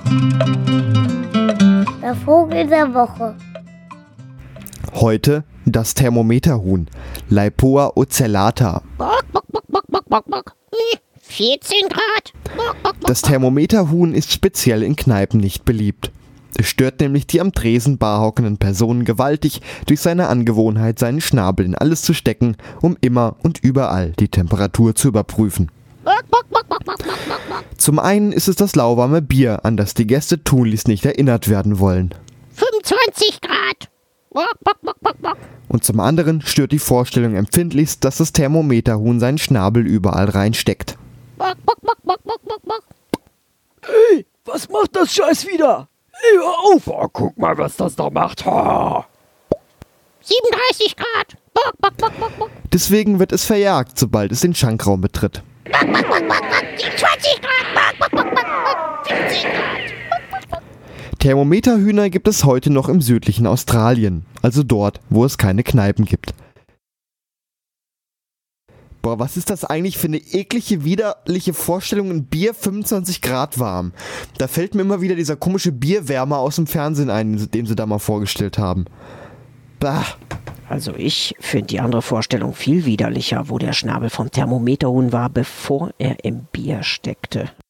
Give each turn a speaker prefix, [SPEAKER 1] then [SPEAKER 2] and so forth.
[SPEAKER 1] Der Vogel der Woche.
[SPEAKER 2] Heute das Thermometerhuhn, Leipoa ocellata.
[SPEAKER 3] Bock, bock, bock, bock, bock, bock, bock. 14 Grad. Bock, bock, bock.
[SPEAKER 2] Das Thermometerhuhn ist speziell in Kneipen nicht beliebt. Es stört nämlich die am Tresen barhockenden Personen gewaltig durch seine Angewohnheit, seinen Schnabel in alles zu stecken, um immer und überall die Temperatur zu überprüfen.
[SPEAKER 3] Bock, bock, bock, bock, bock, bock, bock, bock.
[SPEAKER 2] Zum einen ist es das lauwarme Bier, an das die Gäste tunlichst nicht erinnert werden wollen.
[SPEAKER 3] 25 Grad. Bock, bock, bock, bock, bock.
[SPEAKER 2] Und zum anderen stört die Vorstellung empfindlichst, dass das Thermometerhuhn seinen Schnabel überall reinsteckt.
[SPEAKER 3] Bock, bock, bock, bock, bock, bock, bock.
[SPEAKER 4] Hey, was macht das Scheiß wieder? Hey, hör auf! Oh, guck mal, was das da macht. Oh.
[SPEAKER 3] 37 Grad. Bock, bock, bock, bock, bock.
[SPEAKER 2] Deswegen wird es verjagt, sobald es den Schankraum betritt.
[SPEAKER 3] Bock, bock, bock, bock, bock. 27 Grad. Bock, bock, bock, bock, bock. 15 Grad.
[SPEAKER 2] Thermometerhühner gibt es heute noch im südlichen Australien, also dort, wo es keine Kneipen gibt. Boah, was ist das eigentlich für eine eklige, widerliche Vorstellung, ein Bier 25 Grad warm? Da fällt mir immer wieder dieser komische Bierwärmer aus dem Fernsehen ein, den sie da mal vorgestellt haben. Bah.
[SPEAKER 5] Also ich finde die andere Vorstellung viel widerlicher, wo der Schnabel vom Thermometerhuhn war, bevor er im Bier steckte.